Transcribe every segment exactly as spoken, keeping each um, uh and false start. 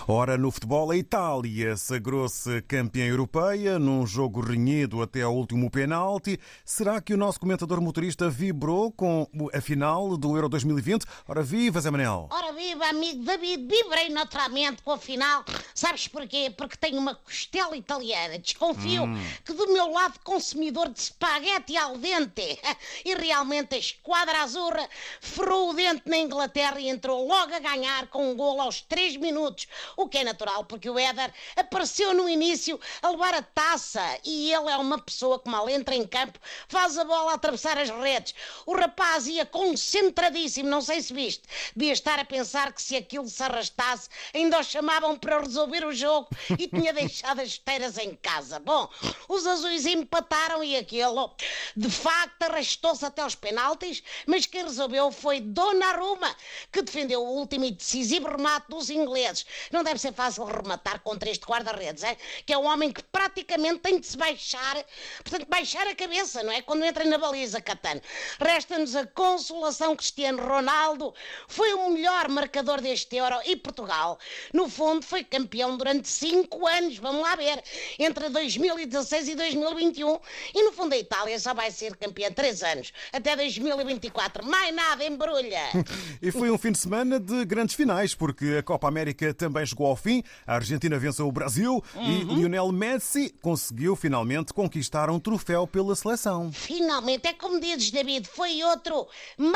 Ora, no futebol, a Itália sagrou-se campeã europeia num jogo renhido até ao último penalti. Será que o nosso comentador motorista vibrou com a final do Euro dois mil e vinte? Ora, viva, Zé Manel! Ora, viva, amigo David, vibrei naturalmente com a final. Sabes porquê? Porque tenho uma costela italiana. Desconfio hum. que do meu lado consumidor de espaguete al dente. E realmente a esquadra azurra ferrou o dente na Inglaterra e entrou logo a ganhar com um golo aos três minutos. O que é natural, porque o Éder apareceu no início a levar a taça e ele é uma pessoa que mal entra em campo, faz a bola atravessar as redes. O rapaz ia concentradíssimo, não sei se viste. Devia estar a pensar que se aquilo se arrastasse, ainda o chamavam para resolver o jogo e tinha deixado as chuteiras em casa. Bom, os azuis empataram e aquilo, de facto, arrastou-se até aos penaltis, mas quem resolveu foi Donnarumma, que defendeu o último e decisivo remate dos ingleses. Não deve ser fácil rematar contra este guarda-redes, é? Que é um homem que praticamente tem de se baixar, portanto, baixar a cabeça, não é? Quando entra na baliza, Catano. Resta-nos a consolação: Cristiano Ronaldo foi o melhor marcador deste Euro e Portugal, no fundo, foi campeão durante cinco anos, vamos lá ver, entre dois mil e dezasseis e dois mil e vinte e um, e no fundo a Itália só vai ser campeã três anos, até dois mil e vinte e quatro. Mais nada, embrulha! E foi um fim de semana de grandes finais, porque a Copa América também chegou ao fim. A Argentina venceu o Brasil uhum. e Lionel Messi conseguiu finalmente conquistar um troféu pela seleção. Finalmente, é como dizes, David, foi outro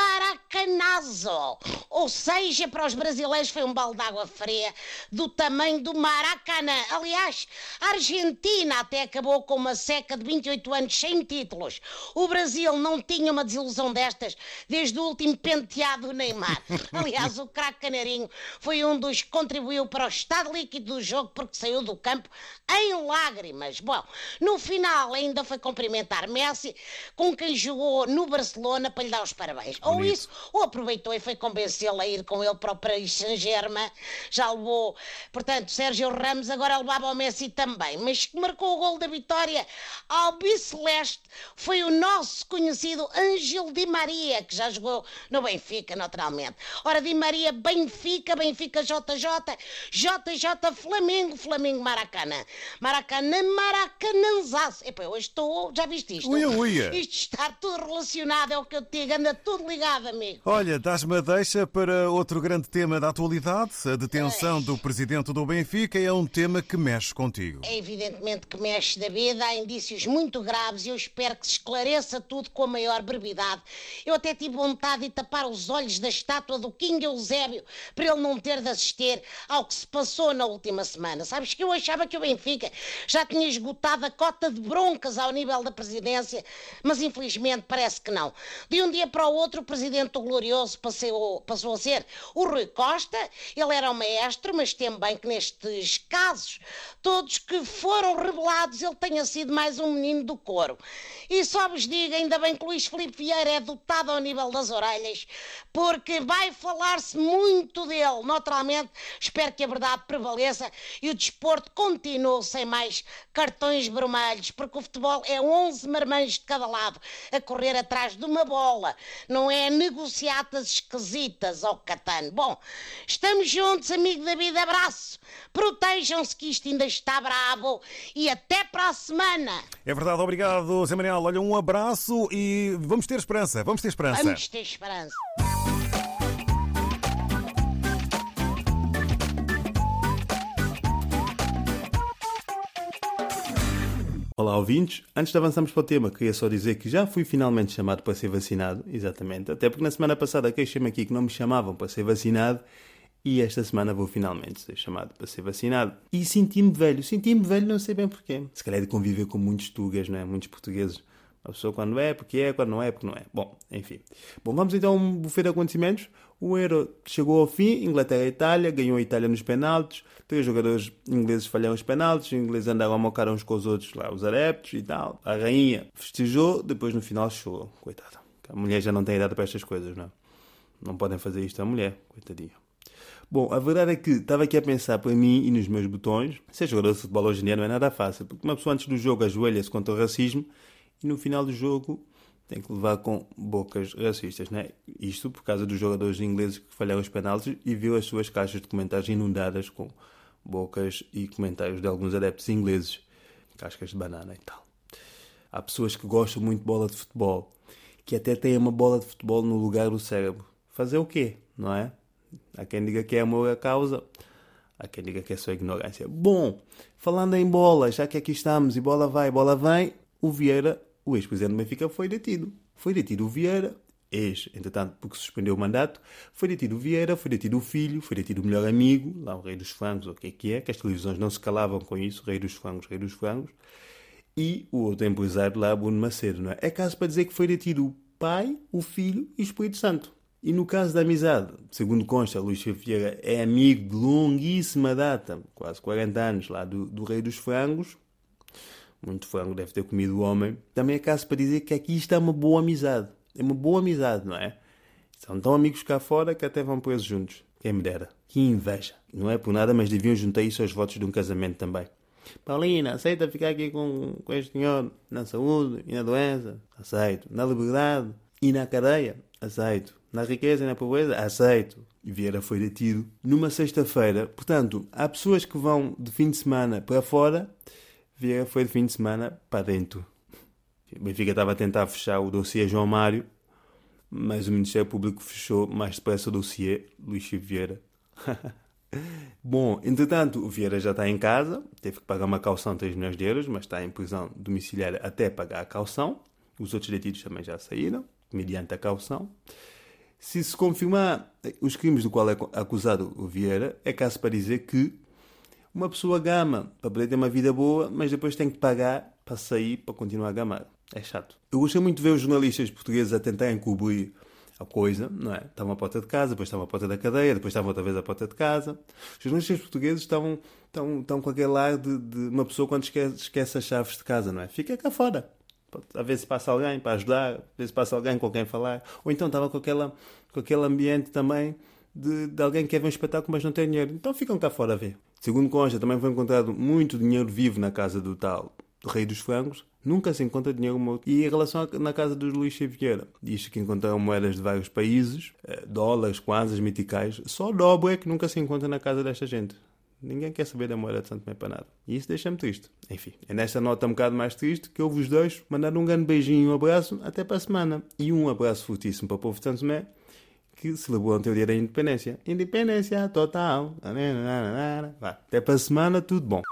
maracanazo. Ou seja, para os brasileiros foi um balde de água fria do tamanho do Maracanã. Aliás, a Argentina até acabou com uma seca de vinte e oito anos sem títulos. O Brasil não tinha uma desilusão destas desde o último penteado do Neymar. Aliás, o craque Canarinho foi um dos que contribuiu para o estado líquido do jogo, porque saiu do campo em lágrimas. Bom, no final ainda foi cumprimentar Messi, com quem jogou no Barcelona, para lhe dar os parabéns. Bonito. Ou isso, ou aproveitou e foi convencê-lo a ir com ele para o Paris Saint-Germain. Já levou, portanto, Sérgio Ramos, agora levava o Messi também. Mas que marcou o gol da vitória ao Biceleste foi o nosso conhecido Ángel Di Maria, que já jogou no Benfica, naturalmente. Ora, Di Maria, Benfica, Benfica J J, J J Flamengo, Flamengo Maracanã. Maracanã, Maracanãzaço. Epá, hoje estou, já viste isto? Uia, uia. Isto está tudo relacionado, é o que eu te digo, anda tudo ligado, amigo. Olha, dás-me a deixa para outro grande tema da atualidade. A detenção do presidente do Benfica é um tema que mexe contigo. É evidentemente que mexe da vida, há indícios muito graves e eu espero que se esclareça tudo com a maior brevidade. Eu até tive vontade de tapar os olhos da estátua do King Eusébio para ele não ter de assistir ao que se passou na última semana. Sabes que eu achava que o Benfica já tinha esgotado a cota de broncas ao nível da presidência, mas infelizmente parece que não. De um dia para o outro o presidente do Glorioso passou, passou a ser o Rui Costa. Ele era um maestro, mas temo bem que nestes casos, todos que foram revelados, ele tenha sido mais um menino do coro. E só vos digo, ainda bem que Luís Filipe Vieira é dotado ao nível das orelhas, porque vai falar-se muito dele. Naturalmente, espero que a verdade prevaleça e o desporto continue sem mais cartões vermelhos, porque o futebol é onze marmães de cada lado a correr atrás de uma bola. Não é negociatas esquisitas, ó Catano. Bom, estamos juntos, amigo David, abraço. Protejam-se que isto ainda está bravo e até para a semana. É verdade, obrigado, Zé Manel. Olha, um abraço e vamos ter esperança, vamos ter esperança. Vamos ter esperança. Olá, ouvintes. Antes de avançarmos para o tema, queria só dizer que já fui finalmente chamado para ser vacinado, exatamente, até porque na semana passada queixei-me aqui que não me chamavam para ser vacinado e esta semana vou finalmente ser chamado para ser vacinado. E senti-me velho, senti-me velho, não sei bem porquê. Se calhar é de conviver com muitos tugas, não é? Muitos portugueses. A pessoa quando é, porque é, quando não é, porque não é. Bom, enfim. Bom, vamos então a um buffet de acontecimentos. O Euro chegou ao fim, Inglaterra e Itália, ganhou a Itália nos penaltis, três jogadores ingleses falharam os penaltis, os ingleses andaram a mocar uns com os outros, lá, os adeptos e tal. A rainha festejou, depois no final chorou. Coitada. A mulher já não tem idade para estas coisas, não é? Não podem fazer isto à mulher, coitadinha. Bom, a verdade é que estava aqui a pensar para mim e nos meus botões, ser jogador de futebol hoje em dia não é nada fácil, porque uma pessoa antes do jogo ajoelha-se contra o racismo e no final do jogo tem que levar com bocas racistas, não é? Isto por causa dos jogadores ingleses que falharam os penaltis e viu as suas caixas de comentários inundadas com bocas e comentários de alguns adeptos ingleses, cascas de banana e tal. Há pessoas que gostam muito de bola de futebol, que até têm uma bola de futebol no lugar do cérebro. Fazer o quê, não é? Há quem diga que é amor à causa, há quem diga que é só ignorância. Bom, falando em bola, já que aqui estamos e bola vai, bola vem, o Vieira, o ex-presidente do Benfica, foi detido. Foi detido o Vieira, ex, entretanto, porque suspendeu o mandato, foi detido o Vieira, foi detido o filho, foi detido o melhor amigo, lá o rei dos frangos, ou o que é que é, que as televisões não se calavam com isso, rei dos frangos, rei dos frangos, e o outro empresário lá, Bruno Macedo, não é? É caso para dizer que foi detido o pai, o filho e o Espírito Santo. E no caso da amizade, segundo consta, Luís Filipe Vieira é amigo de longuíssima data, quase quarenta anos, lá do, do rei dos frangos, muito frango deve ter comido o homem. Também é caso para dizer que aqui está uma boa amizade. É uma boa amizade, não é? São tão amigos cá fora que até vão presos juntos. Quem me dera. Que inveja. Não é por nada, mas deviam juntar isso aos votos de um casamento também. Paulina, aceita ficar aqui com, com este senhor na saúde e na doença? Aceito. Na liberdade e na cadeia? Aceito. Na riqueza e na pobreza? Aceito. E Vieira foi detido numa sexta-feira. Portanto, há pessoas que vão de fim de semana para fora. Vieira foi de fim de semana para dentro. O Benfica estava a tentar fechar o dossiê João Mário, mas o Ministério Público fechou mais depressa o dossiê Luís Filipe Vieira. Bom, entretanto, o Vieira já está em casa, teve que pagar uma caução de três milhões de euros, mas está em prisão domiciliária até pagar a caução. Os outros detidos também já saíram, mediante a caução. Se se confirmar os crimes do qual é acusado o Vieira, é caso para dizer que uma pessoa gama para poder ter uma vida boa, mas depois tem que pagar para sair, para continuar a gamar. É chato. Eu gostei muito de ver os jornalistas portugueses a tentarem cobrir a coisa, não é? Estavam à porta de casa, depois estavam à porta da cadeia, depois estavam outra vez à porta de casa. Os jornalistas portugueses estavam, estavam, estavam com aquele ar de, de uma pessoa quando esquece, esquece as chaves de casa, não é? Fica cá fora. A ver se passa alguém para ajudar, a ver se passa alguém com quem falar. Ou então estava com, aquela, com aquele ambiente também de, de alguém que quer ver um espetáculo, mas não tem dinheiro. Então ficam cá fora a ver. Segundo consta, também foi encontrado muito dinheiro vivo na casa do tal do Rei dos Frangos. Nunca se encontra dinheiro morto. E em relação a, na casa dos Luís Filipe Vieira, diz que encontraram moedas de vários países, dólares, kwanzas, meticais. Só dobro é que nunca se encontra na casa desta gente. Ninguém quer saber da moeda de Santo Tomé para nada. E isso deixa-me triste. Enfim, é nesta nota um bocado mais triste que eu vos deixo mandar um grande beijinho e um abraço até para a semana. E um abraço fortíssimo para o povo de Santo Tomé, que celebrou ontem o dia da independência. Independência total. Vá, até para a semana, tudo bom.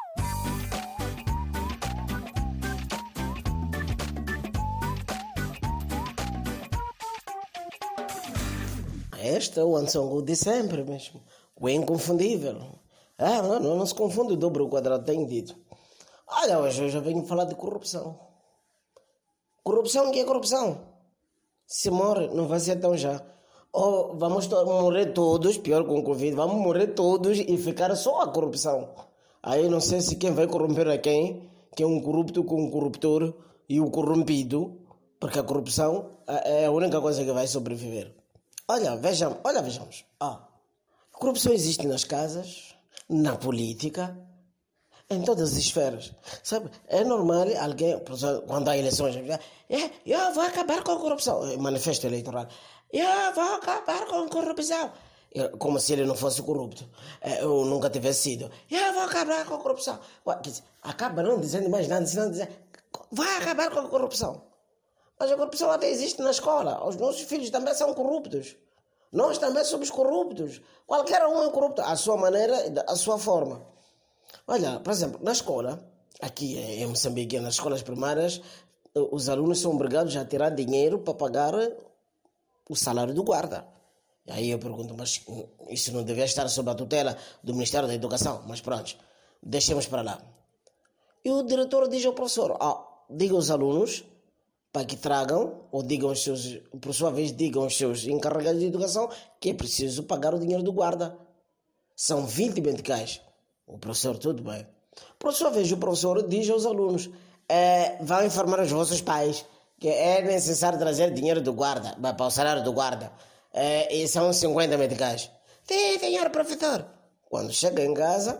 Este é o Anson de sempre mesmo. O inconfundível. Ah, não, não, não se confunde o dobro ao quadrado, tenho dito. Olha, hoje eu já venho falar de corrupção. Corrupção, que é corrupção? Se morre, não vai ser tão já. Ou vamos to- morrer todos, pior com o Covid, vamos morrer todos e ficar só a corrupção. Aí não sei se quem vai corromper a quem, que é um corrupto com um corruptor e o corrompido, porque a corrupção é a única coisa que vai sobreviver. Olha, vejam, olha, vejamos. Ah, a corrupção existe nas casas, na política, em todas as esferas. Sabe, é normal alguém, quando há eleições, é, eu vou acabar com a corrupção, manifesto eleitoral, eu vou acabar com a corrupção. Como se ele não fosse corrupto, eu nunca tivesse sido. Eu vou acabar com a corrupção. Acaba não dizendo mais nada, senão dizer, vai acabar com a corrupção. Mas a corrupção até existe na escola. Os nossos filhos também são corruptos. Nós também somos corruptos. Qualquer um é corrupto, à sua maneira, à sua forma. Olha, por exemplo, na escola, aqui em Moçambique, nas escolas primárias, os alunos são obrigados a tirar dinheiro para pagar o salário do guarda. E aí eu pergunto, mas isso não devia estar sob a tutela do Ministério da Educação? Mas pronto, deixemos para lá. E o diretor diz ao professor, ah, diga aos alunos para que tragam, ou digam aos seus, por sua vez, digam aos seus encarregados de educação que é preciso pagar o dinheiro do guarda. São vinte meticais. O professor, tudo bem. Por sua vez, o professor diz aos alunos, é, vão informar os vossos pais que é necessário trazer dinheiro do guarda, para o salário do guarda. É, e são cinquenta meticais. Sim, senhor professor. Quando chega em casa,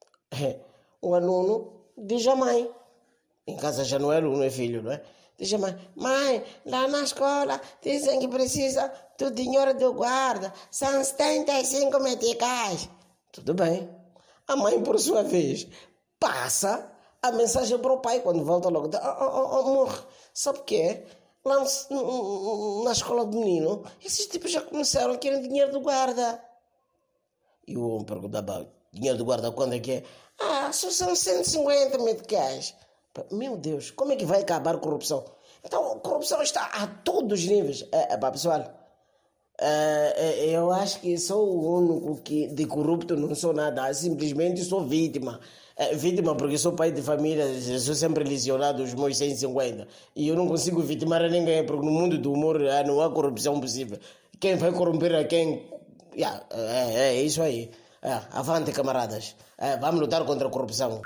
o aluno diz à mãe. Em casa já não é aluno, é filho, não é? Diz a mãe, mãe, lá na escola dizem que precisa do dinheiro do guarda. São setenta e cinco meticais. Tudo bem. A mãe, por sua vez, passa a mensagem para o pai quando volta logo. Oh, oh, oh, amor, sabe o que é? Lá no, na escola do menino, esses tipos já começaram a querer dinheiro do guarda. E o homem perguntava, dinheiro do guarda quando é que é? Ah, só são cento e cinquenta meticais. Meu Deus, como é que vai acabar a corrupção? Então, a corrupção está a todos os níveis. É, é, pá, pessoal, é, eu acho que sou o único que de corrupto não sou nada. Simplesmente sou vítima. É, vítima porque sou pai de família, sou sempre lesionado os meus cento e cinquenta. E eu não consigo vitimar a ninguém, porque no mundo do humor não há corrupção possível. Quem vai corromper a quem... Yeah, é, é isso aí. É, avante, camaradas. É, vamos lutar contra a corrupção.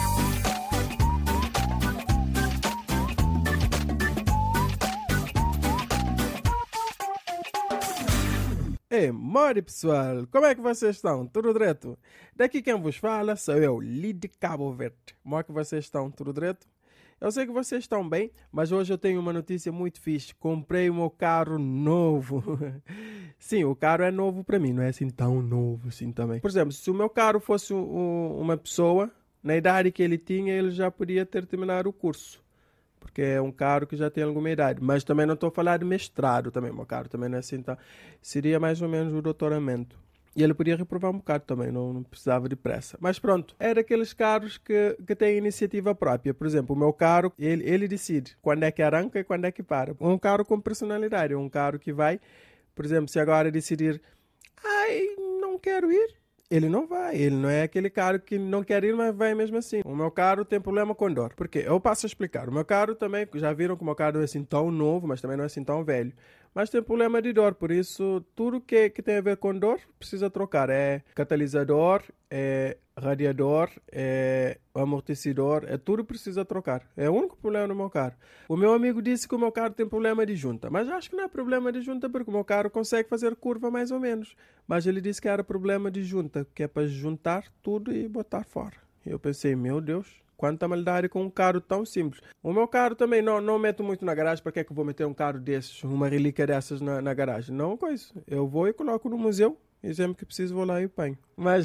Ei, mori pessoal, como é que vocês estão? Tudo direto? Daqui quem vos fala sou eu, Lid Cabo Verde. Como é que vocês estão? Tudo direto? Eu sei que vocês estão bem, mas hoje eu tenho uma notícia muito fixe. Comprei o meu carro novo. Sim, o carro é novo para mim, não é assim tão novo assim também. Por exemplo, se o meu carro fosse um, uma pessoa, na idade que ele tinha, ele já podia ter terminado o curso. Porque é um carro que já tem alguma idade. Mas também não estou a falar de mestrado também. O meu carro também não é assim tão... Seria mais ou menos o doutoramento. E ele podia reprovar um bocado também, não, não precisava de pressa. Mas pronto, é daqueles carros que, que têm iniciativa própria. Por exemplo, o meu carro, ele, ele decide quando é que arranca e quando é que para. É um carro com personalidade, é um carro que vai, por exemplo, se agora decidir, ai, não quero ir, ele não vai. Ele não é aquele carro que não quer ir, mas vai mesmo assim. O meu carro tem problema com dor. Por quê? Eu passo a explicar. O meu carro também, já viram que o meu carro não é assim tão novo, mas também não é assim tão velho. Mas tem problema de dor, por isso tudo que, que tem a ver com dor precisa trocar. É catalisador, é radiador, é amortecedor, é tudo precisa trocar. É o único problema no meu carro. O meu amigo disse que o meu carro tem problema de junta, mas acho que não é problema de junta porque o meu carro consegue fazer curva mais ou menos. Mas ele disse que era problema de junta, que é para juntar tudo e botar fora. E eu pensei, meu Deus... Quanta maldade com um carro tão simples. O meu carro também não, não meto muito na garagem. Para que é que eu vou meter um carro desses, uma relíquia dessas na, na garagem? Não, coisa. Eu vou e coloco no museu. E sempre que preciso vou lá e ponho. Mas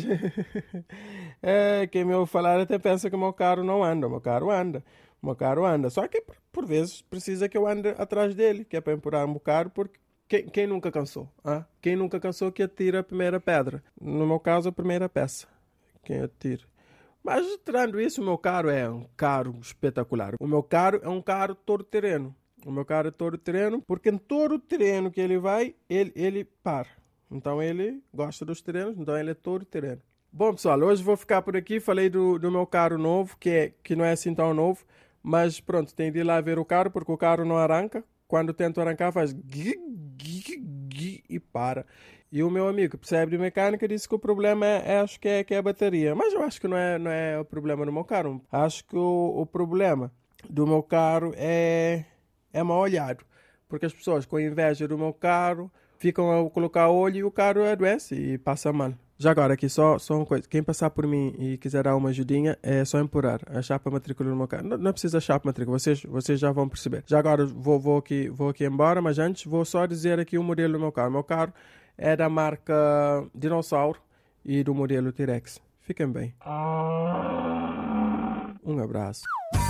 é, quem me ouve falar até pensa que o meu carro não anda. O meu carro anda. O meu carro anda. Só que por, por vezes precisa que eu ande atrás dele. Que é para empurrar um bocado. Porque quem, quem nunca cansou? Ah? Quem nunca cansou que atira a primeira pedra? No meu caso, a primeira peça. Quem atira. Mas, tirando isso, o meu carro é um carro espetacular. O meu carro é um carro todo-terreno. O meu carro é todo-terreno porque em todo terreno que ele vai, ele, ele para. Então, ele gosta dos terrenos, então ele é todo-terreno. Bom, pessoal, hoje vou ficar por aqui. Falei do, do meu carro novo, que, é, que não é assim tão novo. Mas, pronto, tem de ir lá ver o carro, porque o carro não arranca. Quando tento arrancar, faz... e para. E o meu amigo que percebe de mecânica disse que o problema é, é acho que é, que é a bateria. Mas eu acho que não é, não é o problema do meu carro. Acho que o, o problema do meu carro é, é mal olhado. Porque as pessoas com inveja do meu carro ficam a colocar olho e o carro adoece e passa mal. Já agora aqui, só, só uma coisa. Quem passar por mim e quiser dar uma ajudinha, é só empurrar a chapa matrícula no meu carro. Não, não precisa chapa matrícula, vocês, vocês já vão perceber. Já agora vou, vou, aqui, vou aqui embora, mas antes vou só dizer aqui o modelo do meu carro. O meu carro é da marca Dinossauro e do modelo T-Rex. Fiquem bem. Um abraço.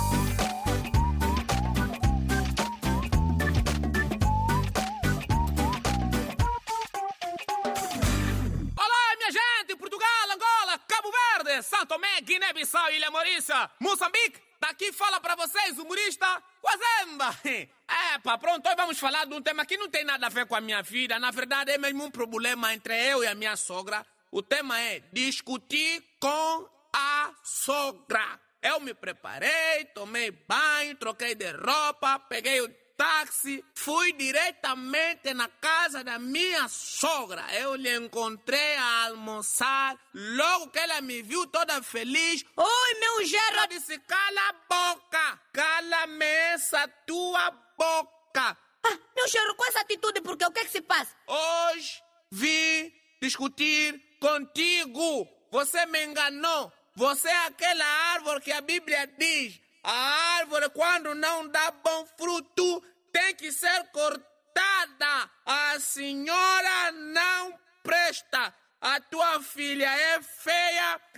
Olá, minha gente! Portugal, Angola, Cabo Verde, São Tomé, Guiné-Bissau, Ilha Maurícia, Moçambique. Daqui fala pra vocês, humorista Wazemba. É, pá, pronto, hoje vamos falar de um tema que não tem nada a ver com a minha vida. Na verdade, é mesmo um problema entre eu e a minha sogra. O tema é discutir com a sogra. Eu me preparei, tomei banho, troquei de roupa, peguei o táxi, fui diretamente na casa da minha sogra. Eu lhe encontrei a almoçar. Logo que ela me viu toda feliz, oi, meu gerro! ela disse, cala a boca, cala-me essa tua boca. Ah, meu gerro, com essa atitude, porque o que é que se passa? Hoje vim discutir contigo. Você me enganou. Você é aquela árvore que a Bíblia diz. A árvore, quando não dá bom fruto, tem que ser cortada. A senhora não presta. A tua filha é feia.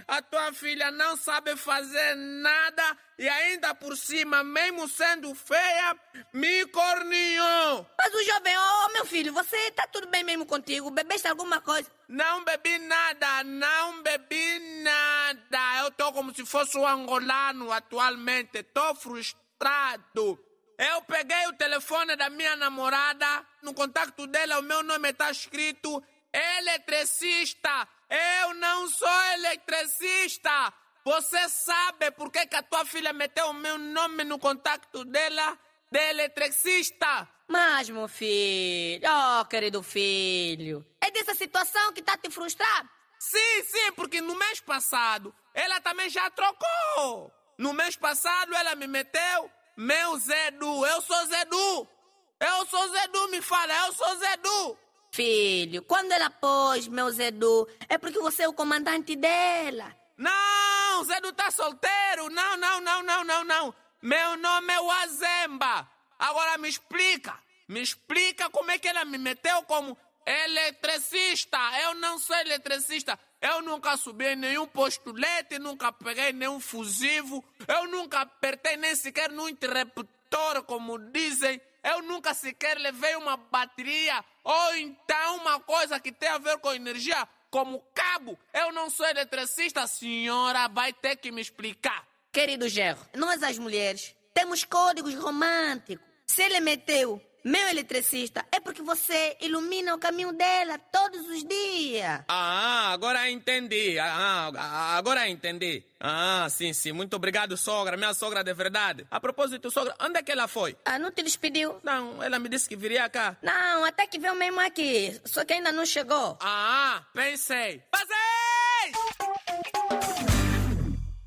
a tua filha não sabe fazer nada e ainda por cima, mesmo sendo feia, me corneou. Mas o jovem, ô oh, meu filho, você tá tudo bem mesmo contigo? Bebeste alguma coisa? Não bebi nada, não bebi nada. Eu tô como se fosse um angolano atualmente, tô frustrado. Eu peguei o telefone da minha namorada, no contacto dela o meu nome está escrito eletricista. Eu não sou eletricista. Você sabe por que, que a tua filha meteu o meu nome no contacto dela de eletricista? Mas, meu filho, oh, querido filho, é dessa situação que tá te frustrando? Sim, sim, porque no mês passado ela também já trocou. No mês passado ela me meteu meu Zedu. Eu sou Zedu. Eu sou Zedu, me fala, eu sou Zedu. Filho, quando ela pôs meu Zedu, é porque você é o comandante dela. Não, Zedu tá solteiro. Não, não, não, não, não, não. Meu nome é Wazemba. Agora me explica. Me explica como é que ela me meteu como eletricista. Eu não sou eletricista. Eu nunca subi em nenhum postulete, nunca peguei nenhum fusível. Eu nunca apertei nem sequer num interruptor, como dizem. Eu nunca sequer levei uma bateria ou então uma coisa que tem a ver com energia, como cabo. Eu não sou eletricista, a senhora vai ter que me explicar. Querido Gerro, nós as mulheres temos códigos românticos. Se ele meteu meu eletricista, é porque você ilumina o caminho dela todos os dias. Ah, agora entendi. Ah, agora entendi. Ah, sim, sim. Muito obrigado, sogra. Minha sogra de verdade. A propósito, sogra, onde é que ela foi? Ah, não te despediu? Não, ela me disse que viria cá. Não, até que veio mesmo aqui. Só que ainda não chegou. Ah, pensei. Fazer!